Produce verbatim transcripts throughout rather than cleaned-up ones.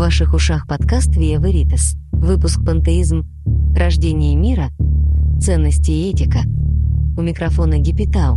ваших ушах подкаст Via Veritas. Выпуск «Пантеизм. Рождение мира. Ценности и этика». У микрофона Гипитау.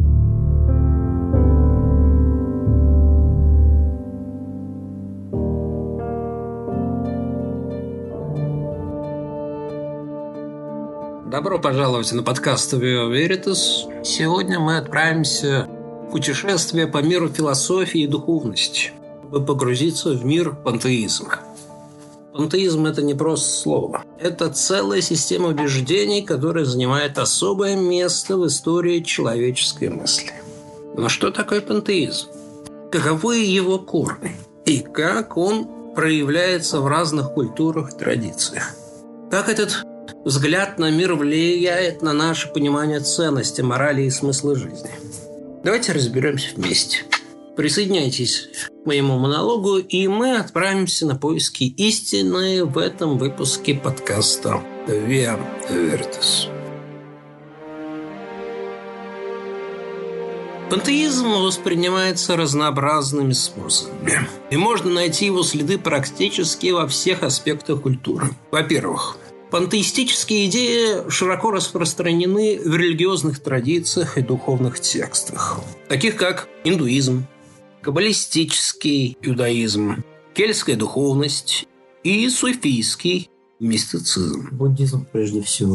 Добро пожаловать на подкаст Via Veritas. Сегодня мы отправимся в путешествие по миру философии и духовности, чтобы погрузиться в мир пантеизма. Пантеизм – это не просто слово. Это целая система убеждений, которая занимает особое место в истории человеческой мысли. Но что такое пантеизм? Каковы его корни? И как он проявляется в разных культурах и традициях? Как этот взгляд на мир влияет на наше понимание ценности, морали и смысла жизни? Давайте разберемся вместе. Присоединяйтесь к моему монологу, и мы отправимся на поиски истины в этом выпуске подкаста Via Veritas. Пантеизм воспринимается разнообразными способами, и можно найти его следы практически во всех аспектах культуры. Во-первых, пантеистические идеи широко распространены в религиозных традициях и духовных текстах, таких как индуизм, каббалистический иудаизм, кельтская духовность и суфийский мистицизм. Буддизм прежде всего.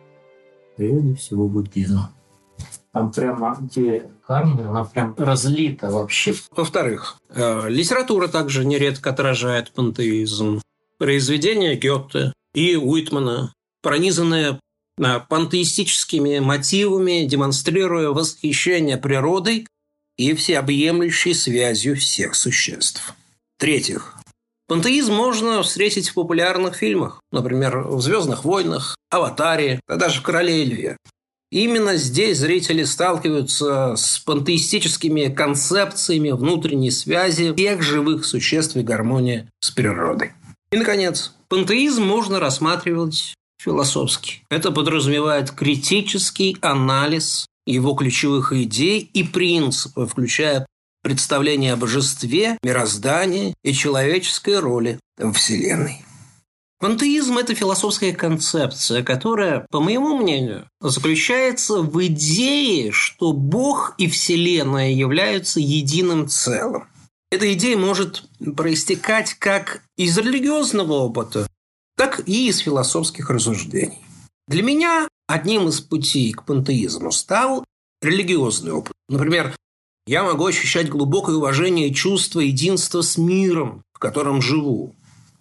Прежде всего буддизм. Там прямо идея кармы, она прям разлита вообще. Во-вторых, литература также нередко отражает пантеизм. Произведения Гёте и Уитмана, пронизанные пантеистическими мотивами, демонстрируя восхищение природой и всеобъемлющей связью всех существ. В-третьих, пантеизм можно встретить в популярных фильмах, например, в «Звездных войнах», «Аватаре», а даже в «Короле и льве». Именно здесь зрители сталкиваются с пантеистическими концепциями внутренней связи всех живых существ и гармонии с природой. И, наконец, пантеизм можно рассматривать философски. Это подразумевает критический анализ его ключевых идей и принципов, включая представление о божестве, мироздании и человеческой роли в Вселенной. Пантеизм – это философская концепция, которая, по моему мнению, заключается в идее, что Бог и Вселенная являются единым целым. Эта идея может проистекать как из религиозного опыта, так и из философских рассуждений. Для меня одним из путей к пантеизму стал религиозный опыт. Например, я могу ощущать глубокое уважение и чувство единства с миром, в котором живу.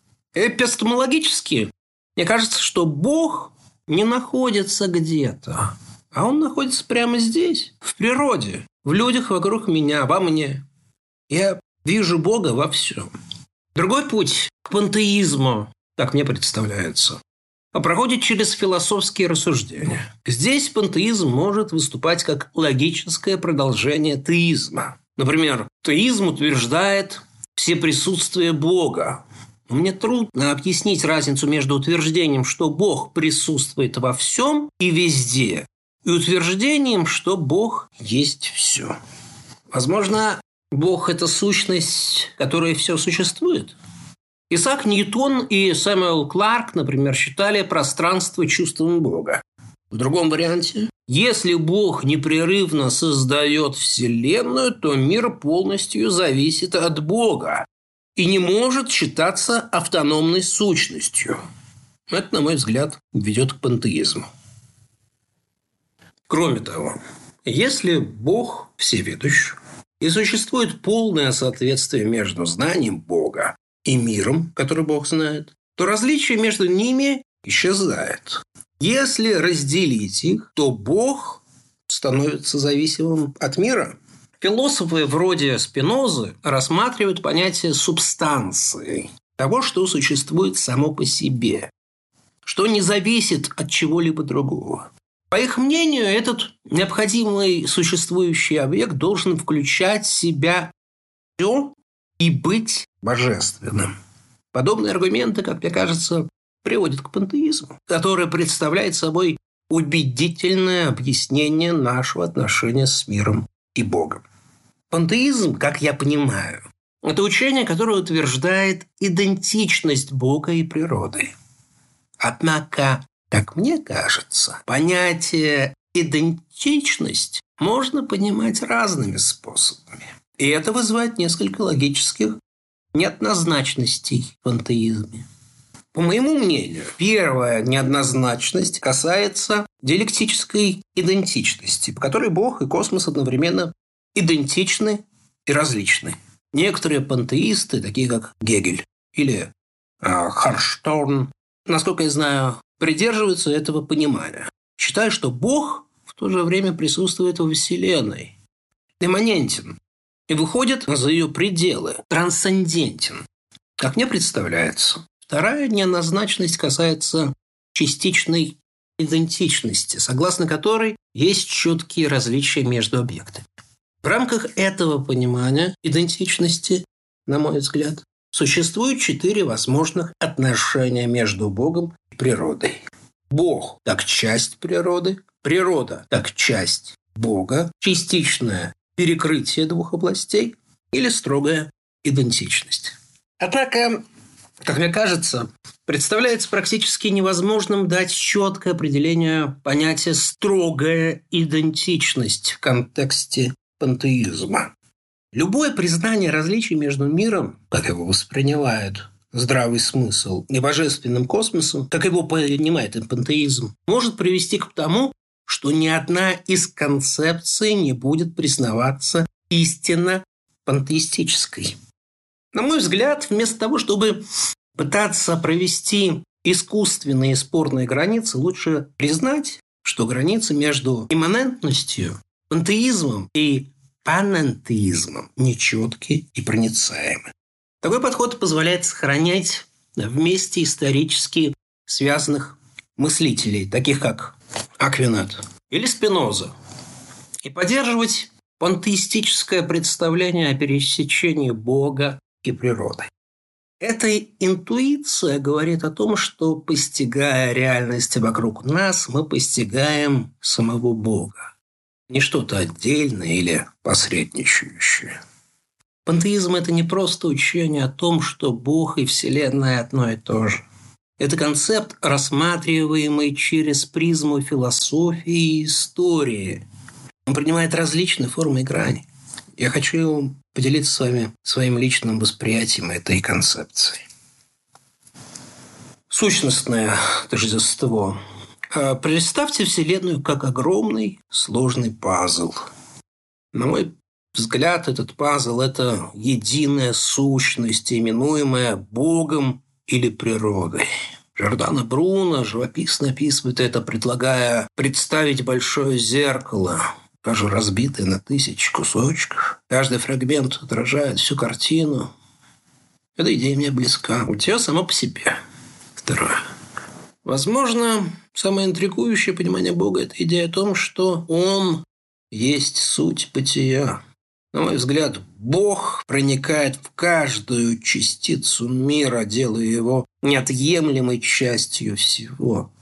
Эпистемологически мне кажется, что Бог не находится где-то, а Он находится прямо здесь, в природе, в людях вокруг меня, во мне. Я вижу Бога во всем. Другой путь к пантеизму, так мне представляется, проходит через философские рассуждения. Здесь пантеизм может выступать как логическое продолжение теизма. Например, теизм утверждает всеприсутствие Бога. Но мне трудно объяснить разницу между утверждением, что Бог присутствует во всем и везде, и утверждением, что Бог есть все. Возможно, Бог – это сущность, которая все существует. Исаак Ньютон и Сэмюэл Кларк, например, считали пространство чувством Бога. В другом варианте, если Бог непрерывно создает Вселенную, то мир полностью зависит от Бога и не может считаться автономной сущностью. Это, на мой взгляд, ведет к пантеизму. Кроме того, если Бог всеведущ и существует полное соответствие между знанием Бога и миром, который Бог знает, то различие между ними исчезает. Если разделить их, то Бог становится зависимым от мира. Философы вроде Спинозы рассматривают понятие субстанции, того, что существует само по себе, что не зависит от чего-либо другого. По их мнению, этот необходимый существующий объект должен включать в себя все и быть божественным. Подобные аргументы, как мне кажется, приводят к пантеизму, который представляет собой убедительное объяснение нашего отношения с миром и Богом. Пантеизм, как я понимаю, Это учение, которое утверждает идентичность Бога и природы. Однако, как мне кажется, понятие «идентичность» можно понимать разными способами. И это вызывает несколько логических неоднозначностей в пантеизме. По моему мнению, первая неоднозначность касается диалектической идентичности, по которой Бог и космос одновременно идентичны и различны. Некоторые пантеисты, такие как Гегель или э, Харшторн, насколько я знаю, придерживаются этого понимания, считая, что Бог в то же время присутствует во Вселенной, имманентен и выходит за ее пределы, трансцендентен, как мне представляется. Вторая неоднозначность касается частичной идентичности, согласно которой есть четкие различия между объектами. В рамках этого понимания идентичности, на мой взгляд, существует четыре возможных отношения между Богом и природой. Бог как часть природы, природа как часть Бога, частичное перекрытие двух областей или строгая идентичность. Однако, как мне кажется, представляется практически невозможным дать четкое определение понятия «строгая идентичность» в контексте пантеизма. Любое признание различий между миром, как его воспринимает здравый смысл, и божественным космосом, как его понимает пантеизм, может привести к тому, что ни одна из концепций не будет признаваться истинно пантеистической. На мой взгляд, вместо того, чтобы пытаться провести искусственные спорные границы, лучше признать, что границы между имманентностью, пантеизмом и панентеизмом нечеткие и проницаемы. Такой подход позволяет сохранять вместе исторически связанных мыслителей, таких как Аквинат или Спиноза, и поддерживать пантеистическое представление о пересечении Бога и природы. Эта интуиция говорит о том, что, постигая реальность вокруг нас, мы постигаем самого Бога, не что-то отдельное или посредничающее. Пантеизм – это не просто учение о том, что Бог и Вселенная одно и то же. Это концепт, рассматриваемый через призму философии и истории. Он принимает различные формы и грани. Я хочу поделиться с вами своим личным восприятием этой концепции. Сущностное тождество. Представьте Вселенную как огромный сложный пазл. На мой взгляд, этот пазл – это единая сущность, именуемая Богом или природой. Джордано Бруно живописно описывает это, предлагая представить большое зеркало, даже разбитое на тысячи кусочков. Каждый фрагмент отражает всю картину. Эта идея мне близка. У тебя само по себе. Второе. Возможно, самое интригующее понимание Бога – это идея о том, что Он есть суть бытия. На мой взгляд, Бог проникает в каждую частицу мира, делая его неотъемлемой частью всего.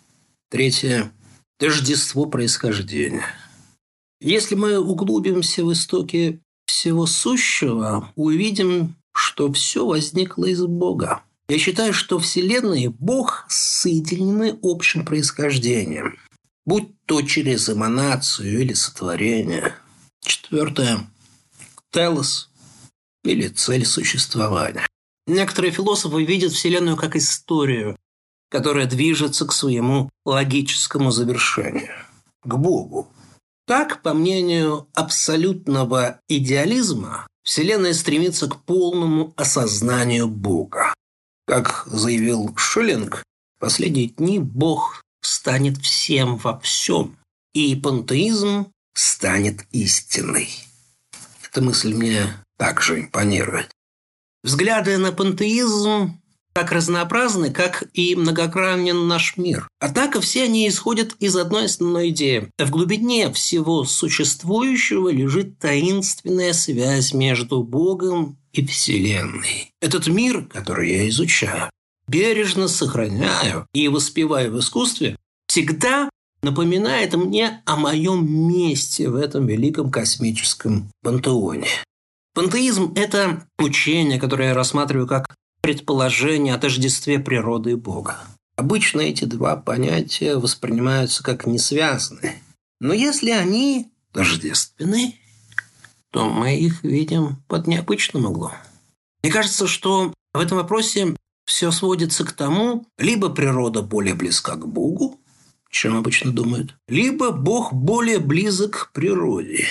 Третье – тождество происхождения. Если мы углубимся в истоки всего сущего, увидим, что все возникло из Бога. Я считаю, что Вселенная и Бог соединены общим происхождением, будь то через эманацию или сотворение. Четвертое – телос или цель существования. Некоторые философы видят Вселенную как историю, которая движется к своему логическому завершению, к Богу. Так, по мнению абсолютного идеализма, Вселенная стремится к полному осознанию Бога. Как заявил Шиллинг, в последние дни Бог станет всем во всем, и пантеизм станет истиной. Эта мысль мне также импонирует. Взгляды на пантеизм так разнообразны, как и многогранен наш мир. Однако все они исходят из одной основной идеи. В глубине всего существующего лежит таинственная связь между Богом и Вселенной. Этот мир, который я изучаю, бережно сохраняю и воспеваю в искусстве, всегда напоминает мне о моем месте в этом великом космическом пантеоне. Пантеизм – это учение, которое я рассматриваю как предположение о тождестве природы и Бога. Обычно эти два понятия воспринимаются как несвязанные. Но если они тождественны, то мы их видим под необычным углом. Мне кажется, что в этом вопросе все сводится к тому, либо природа более близка к Богу, чем обычно думают, либо Бог более близок к природе.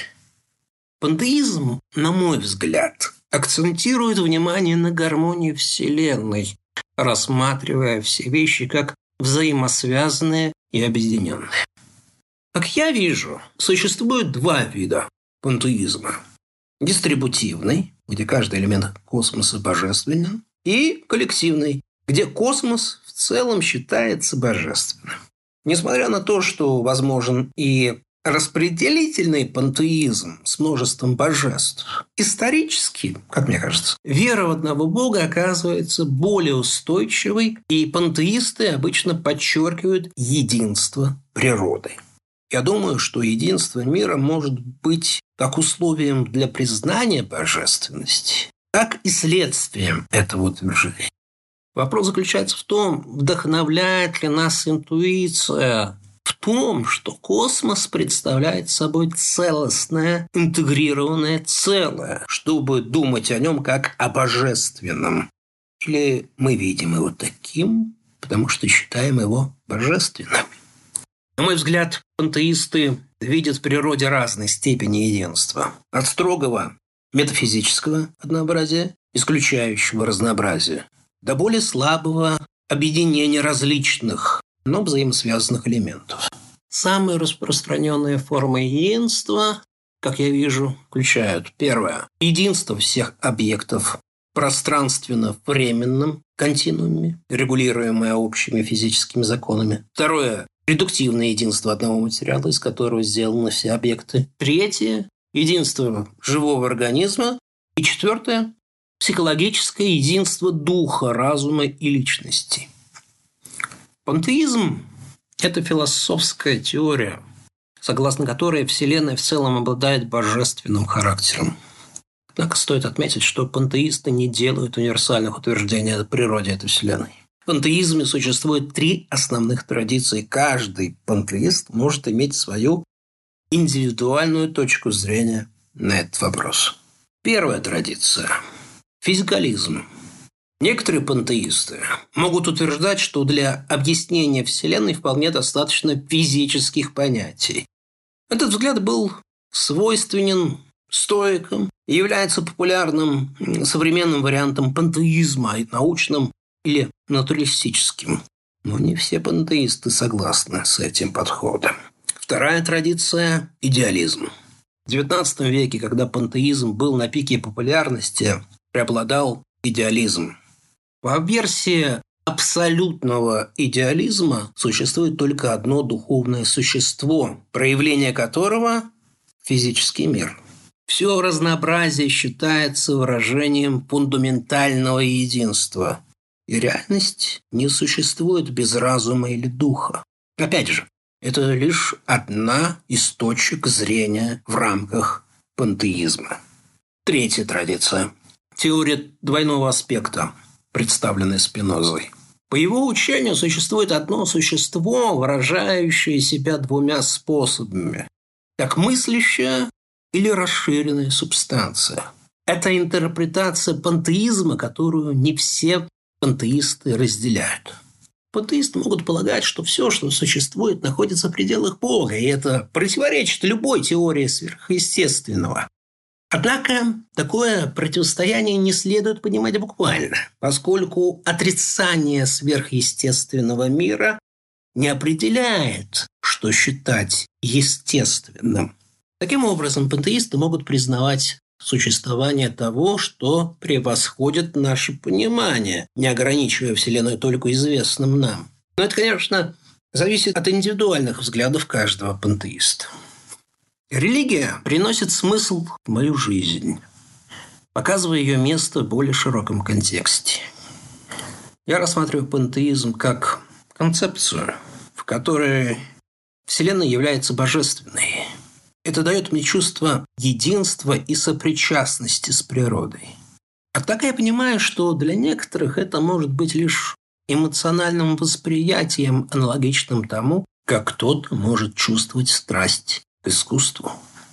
Пантеизм, на мой взгляд, акцентирует внимание на гармонии Вселенной, рассматривая все вещи как взаимосвязанные и объединенные. Как я вижу, существует два вида пантеизма. Дистрибутивный, где каждый элемент космоса божественен, и коллективный, где космос в целом считается божественным. Несмотря на то, что возможен и распределительный пантеизм с множеством божеств, исторически, как мне кажется, вера в одного Бога оказывается более устойчивой, и пантеисты обычно подчеркивают единство природы. Я думаю, что единство мира может быть как условием для признания божественности, так и следствием этого утверждения. Вопрос заключается в том, вдохновляет ли нас интуиция в том, что космос представляет собой целостное, интегрированное целое, чтобы думать о нем как о божественном. Или мы видим его таким, потому что считаем его божественным. На мой взгляд, пантеисты видят в природе разной степени единства. От строгого метафизического однообразия, исключающего разнообразие, до более слабого объединения различных, но взаимосвязанных элементов. Самые распространенные формы единства, как я вижу, включают: первое – единство всех объектов в пространственно-временном континууме, регулируемое общими физическими законами. Второе – редуктивное единство одного материала, из которого сделаны все объекты. Третье – единство живого организма. И четвертое – психологическое единство духа, разума и личности. Пантеизм – это философская теория, согласно которой Вселенная в целом обладает божественным характером. Однако стоит отметить, что пантеисты не делают универсальных утверждений о природе этой Вселенной. В пантеизме существует три основных традиции. Каждый пантеист может иметь свою индивидуальную точку зрения на этот вопрос. Первая традиция – физикализм. Некоторые пантеисты могут утверждать, что для объяснения Вселенной вполне достаточно физических понятий. Этот взгляд был свойственен стоикам и является популярным современным вариантом пантеизма, и научным или натуралистическим. Но не все пантеисты согласны с этим подходом. Вторая традиция – идеализм. В девятнадцатом веке, когда пантеизм был на пике популярности, преобладал идеализм. По версии абсолютного идеализма существует только одно духовное существо, проявление которого – физический мир. Все разнообразие считается выражением фундаментального единства, и реальность не существует без разума или духа. Опять же, это лишь одна из точек зрения в рамках пантеизма. Третья традиция – теория двойного аспекта, представленная Спинозой. По его учению существует одно существо, выражающее себя двумя способами – как мыслящая или расширенная субстанция. Это интерпретация пантеизма, которую не все пантеисты разделяют. Пантеисты могут полагать, что все, что существует, находится в пределах Бога, и это противоречит любой теории сверхъестественного. Однако такое противостояние не следует понимать буквально, поскольку отрицание сверхъестественного мира не определяет, что считать естественным. Таким образом, пантеисты могут признавать существование того, что превосходит наше понимание, не ограничивая Вселенную только известным нам. Но это, конечно, зависит от индивидуальных взглядов каждого пантеиста. Религия приносит смысл в мою жизнь, показывая ее место в более широком контексте. Я рассматриваю пантеизм как концепцию, в которой Вселенная является божественной. Это дает мне чувство единства и сопричастности с природой. Однако я понимаю, что для некоторых это может быть лишь эмоциональным восприятием, аналогичным тому, как кто-то может чувствовать страсть к искусству.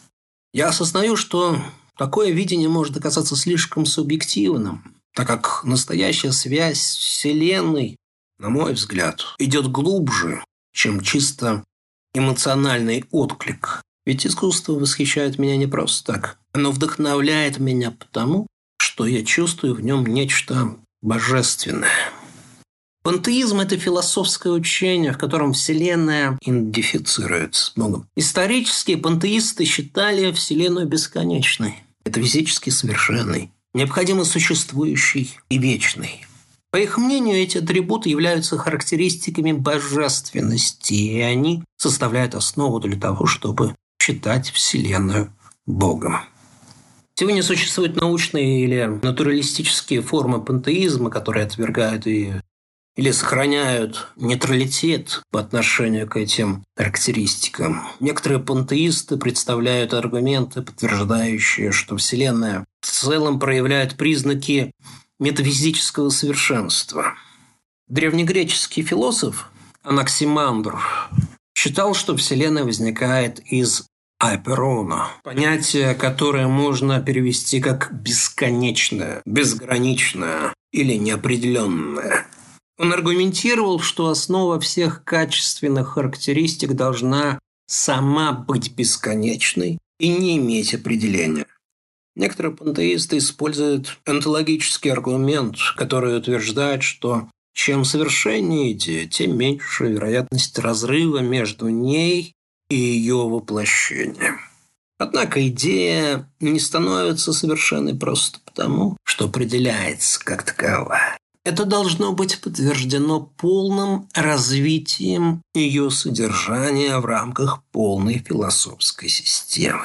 Я осознаю, что такое видение может оказаться слишком субъективным, так как настоящая связь с Вселенной, на мой взгляд, идет глубже, чем чисто эмоциональный отклик. Ведь искусство восхищает меня не просто так. Оно вдохновляет меня потому, что я чувствую в нем нечто божественное. Пантеизм – это философское учение, в котором Вселенная идентифицируется с Богом. Исторические пантеисты считали Вселенную бесконечной, метафизически совершенной, необходимо существующей и вечной. По их мнению, эти атрибуты являются характеристиками божественности, и они составляют основу для того, чтобы считать Вселенную Богом. Сегодня существуют научные или натуралистические формы пантеизма, которые отвергают и или сохраняют нейтралитет по отношению к этим характеристикам. Некоторые пантеисты представляют аргументы, подтверждающие, что Вселенная в целом проявляет признаки метафизического совершенства. Древнегреческий философ Анаксимандр считал, что Вселенная возникает из айперона, понятие, которое можно перевести как бесконечное, безграничное или неопределенное. Он аргументировал, что основа всех качественных характеристик должна сама быть бесконечной и не иметь определения. Некоторые пантеисты используют онтологический аргумент, который утверждает, что чем совершеннее идея, тем меньше вероятность разрыва между ней и ее воплощением. Однако идея не становится совершенной просто потому, что определяется как таковая. Это должно быть подтверждено полным развитием ее содержания в рамках полной философской системы.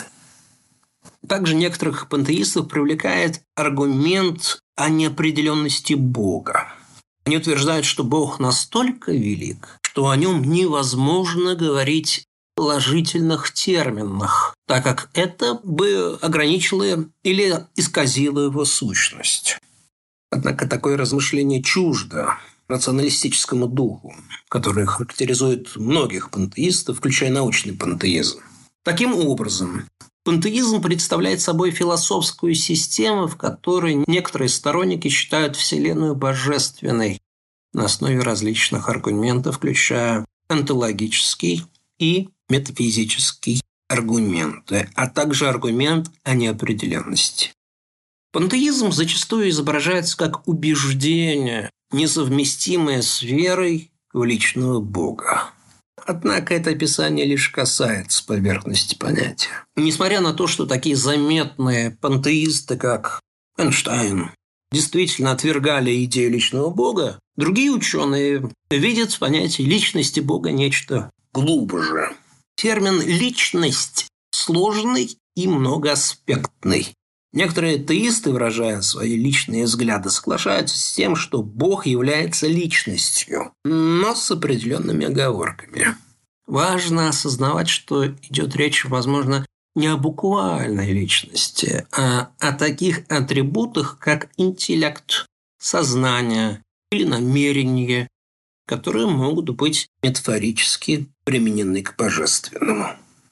Также некоторых пантеистов привлекает аргумент о неопределенности Бога. Они утверждают, что Бог настолько велик, что о нем невозможно говорить в положительных терминах, так как это бы ограничило или исказило его сущность. Однако такое размышление чуждо рационалистическому духу, который характеризует многих пантеистов, включая научный пантеизм. Таким образом, пантеизм представляет собой философскую систему, в которой некоторые сторонники считают Вселенную божественной на основе различных аргументов, включая онтологический и метафизический аргументы, а также аргумент о неопределенности. Пантеизм зачастую изображается как убеждение, несовместимое с верой в личного Бога. Однако это описание лишь касается поверхности понятия. Несмотря на то, что такие заметные пантеисты, как Эйнштейн, действительно отвергали идею личного Бога, другие ученые видят в понятии личности Бога нечто глубже. Термин «личность» сложный и многоаспектный. Некоторые теисты, выражая свои личные взгляды, соглашаются с тем, что Бог является личностью, но с определенными оговорками. Важно осознавать, что идет речь, возможно, не о буквальной личности, а о таких атрибутах, как интеллект, сознание или намерение, которые могут быть метафорически применены к божественному.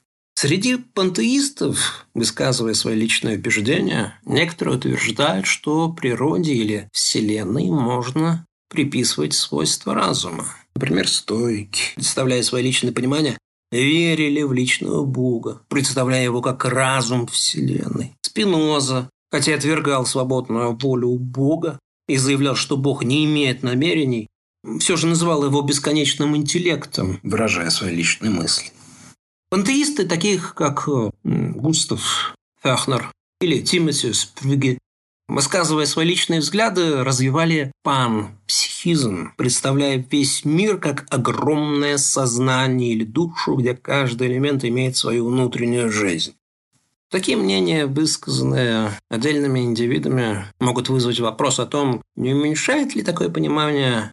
Среди пантеистов, высказывая свои личные убеждения, некоторые утверждают, что природе или Вселенной можно приписывать свойства разума. Например, стоики, представляя свои личные понимания, верили в личного Бога, представляя его как разум Вселенной. Спиноза, хотя и отвергал свободную волю Бога и заявлял, что Бог не имеет намерений, все же называл его бесконечным интеллектом, выражая свои личные мысли. Пантеисты, таких как Густав Фехнер или Тимоти Спрюге, высказывая свои личные взгляды, развивали панпсихизм, представляя весь мир как огромное сознание или душу, где каждый элемент имеет свою внутреннюю жизнь. Такие мнения, высказанные отдельными индивидами, могут вызвать вопрос о том, не уменьшает ли такое понимание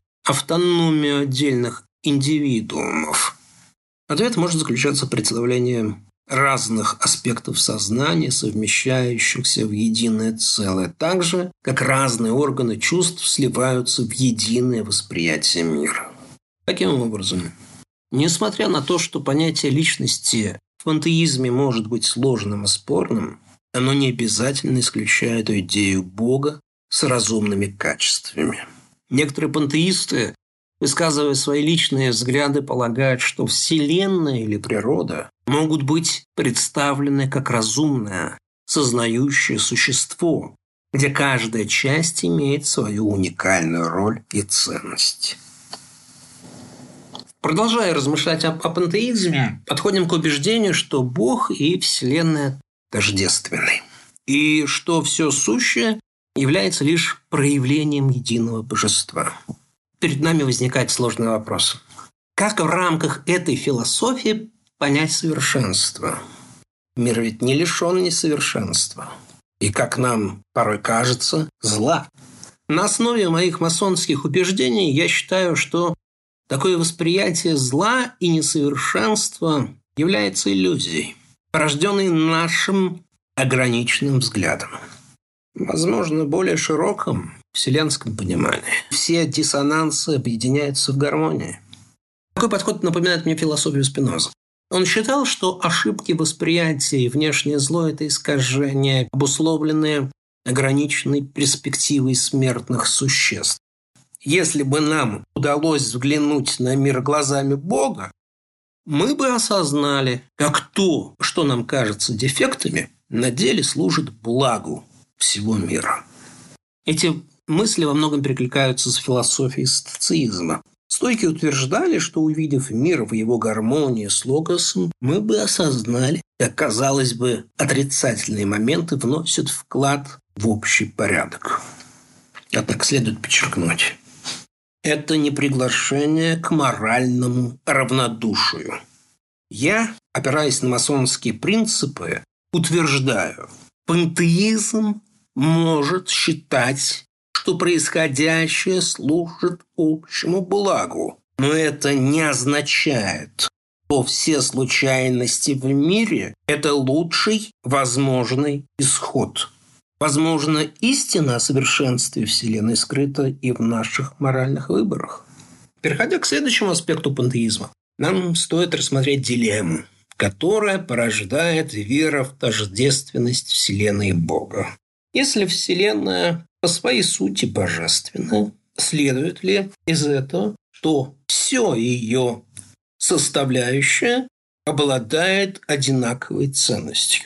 автономию отдельных индивидуумов. Ответ может заключаться в представлении разных аспектов сознания, совмещающихся в единое целое, так же, как разные органы чувств сливаются в единое восприятие мира. Таким образом, несмотря на то, что понятие личности в пантеизме может быть сложным и спорным, оно не обязательно исключает идею Бога с разумными качествами. Некоторые пантеисты, высказывая свои личные взгляды, полагают, что Вселенная или природа могут быть представлены как разумное, сознающее существо, где каждая часть имеет свою уникальную роль и ценность. Продолжая размышлять о, о пантеизме, подходим к убеждению, что Бог и Вселенная тождественны, и что все сущее является лишь проявлением единого божества. Перед нами возникает сложный вопрос. Как в рамках этой философии понять совершенство? Мир ведь не лишен несовершенства. И, как нам порой кажется, зла. На основе моих масонских убеждений я считаю, что такое восприятие зла и несовершенства является иллюзией, порожденной нашим ограниченным взглядом. Возможно, более широком вселенском понимании все диссонансы объединяются в гармонии. Такой подход напоминает мне философию Спинозы. Он считал, что ошибки восприятия и внешнее зло – это искажения, обусловленные ограниченной перспективой смертных существ. Если бы нам удалось взглянуть на мир глазами Бога, мы бы осознали, как то, что нам кажется дефектами, на деле служит благу всего мира. Эти мысли во многом перекликаются с философией стоицизма. Стойки утверждали, что, увидев мир в его гармонии с логосом, мы бы осознали, как, казалось бы, отрицательные моменты вносят вклад в общий порядок. Однако следует подчеркнуть, это не приглашение к моральному равнодушию. Я, опираясь на масонские принципы, утверждаю, пантеизм может считать, что происходящее служит общему благу. Но это не означает, что все случайности в мире – это лучший возможный исход. Возможно, истина о совершенстве Вселенной скрыта и в наших моральных выборах. Переходя к следующему аспекту пантеизма, нам стоит рассмотреть дилемму, которая порождает вера в тождественность Вселенной и Бога. Если Вселенная по своей сути божественна, следует ли из этого, что все ее составляющее обладает одинаковой ценностью?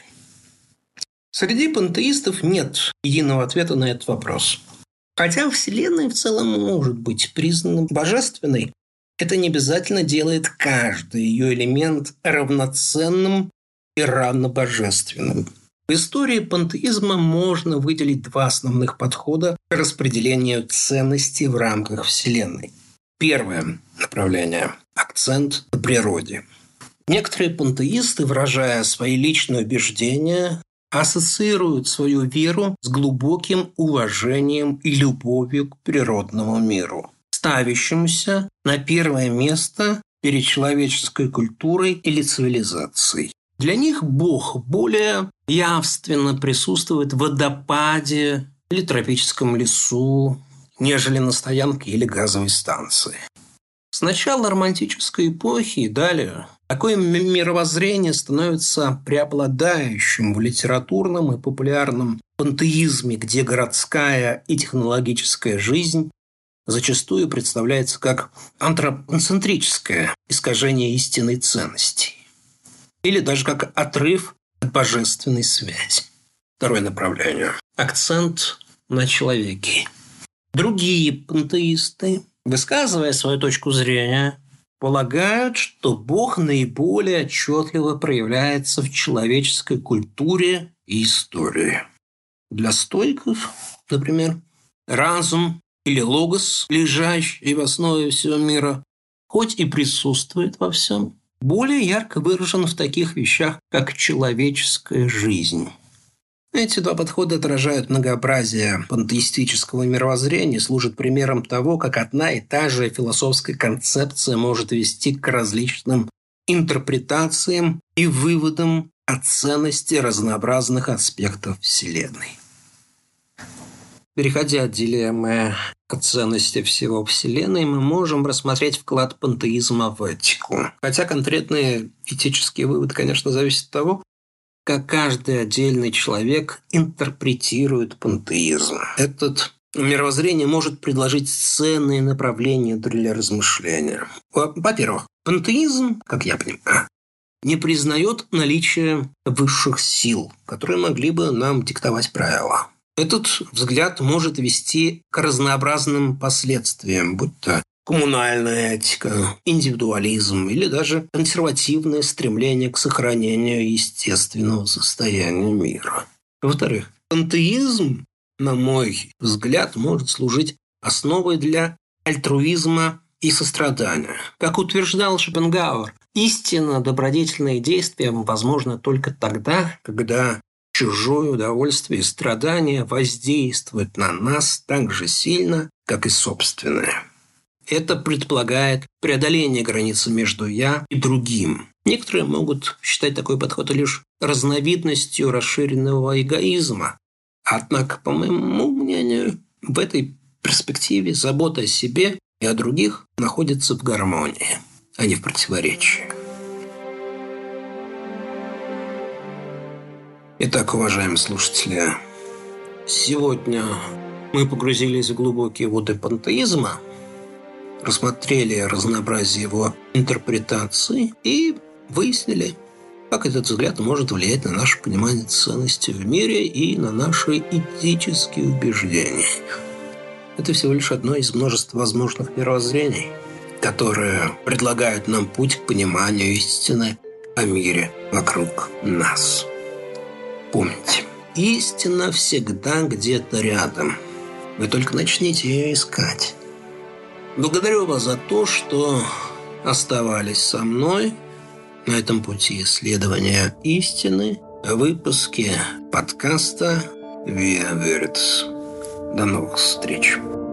Среди пантеистов нет единого ответа на этот вопрос. Хотя Вселенная в целом может быть признана божественной, это не обязательно делает каждый ее элемент равноценным и равнобожественным. В истории пантеизма можно выделить два основных подхода к распределению ценностей в рамках Вселенной. Первое направление – акцент на природе. Некоторые пантеисты, выражая свои личные убеждения, ассоциируют свою веру с глубоким уважением и любовью к природному миру, ставящемуся на первое место перед человеческой культурой или цивилизацией. Для них Бог более явственно присутствует в водопаде или тропическом лесу, нежели на стоянке или газовой станции. С начала романтической эпохи и далее такое мировоззрение становится преобладающим в литературном и популярном пантеизме, где городская и технологическая жизнь зачастую представляется как антропоцентрическое искажение истинной ценности или даже как отрыв от божественной связи. Второе направление – акцент на человеке. Другие пантеисты, высказывая свою точку зрения, полагают, что Бог наиболее отчетливо проявляется в человеческой культуре и истории. Для стоиков, например, разум или логос, лежащий в основе всего мира, хоть и присутствует во всем, более ярко выражен в таких вещах, как человеческая жизнь. Эти два подхода отражают многообразие пантеистического мировоззрения и служат примером того, как одна и та же философская концепция может вести к различным интерпретациям и выводам о ценности разнообразных аспектов Вселенной. Переходя от дилеммы о ценности всего Вселенной, мы можем рассмотреть вклад пантеизма в этику. Хотя конкретный этический вывод, конечно, зависит от того, как каждый отдельный человек интерпретирует пантеизм. Этот мировоззрение может предложить ценные направления для размышления. Во-первых, пантеизм, как я понимаю, не признает наличие высших сил, которые могли бы нам диктовать правила. Этот взгляд может вести к разнообразным последствиям, будь то коммунальная этика, индивидуализм или даже консервативное стремление к сохранению естественного состояния мира. Во-вторых, пантеизм, на мой взгляд, может служить основой для альтруизма и сострадания. Как утверждал Шопенгауэр, истинно добродетельные действия возможны только тогда, когда чужое удовольствие и страдание воздействуют на нас так же сильно, как и собственное. Это предполагает преодоление границы между «я» и другим. Некоторые могут считать такой подход лишь разновидностью расширенного эгоизма. Однако, по моему мнению, в этой перспективе забота о себе и о других находится в гармонии, а не в противоречии. Итак, уважаемые слушатели, сегодня мы погрузились в глубокие воды пантеизма, рассмотрели разнообразие его интерпретаций и выяснили, как этот взгляд может влиять на наше понимание ценностей в мире и на наши этические убеждения. Это всего лишь одно из множества возможных мировоззрений, которые предлагают нам путь к пониманию истины о мире вокруг нас. Помните, истина всегда где-то рядом. Вы только начните ее искать. Благодарю вас за то, что оставались со мной на этом пути исследования истины в выпуске подкаста Via Veritas. До новых встреч!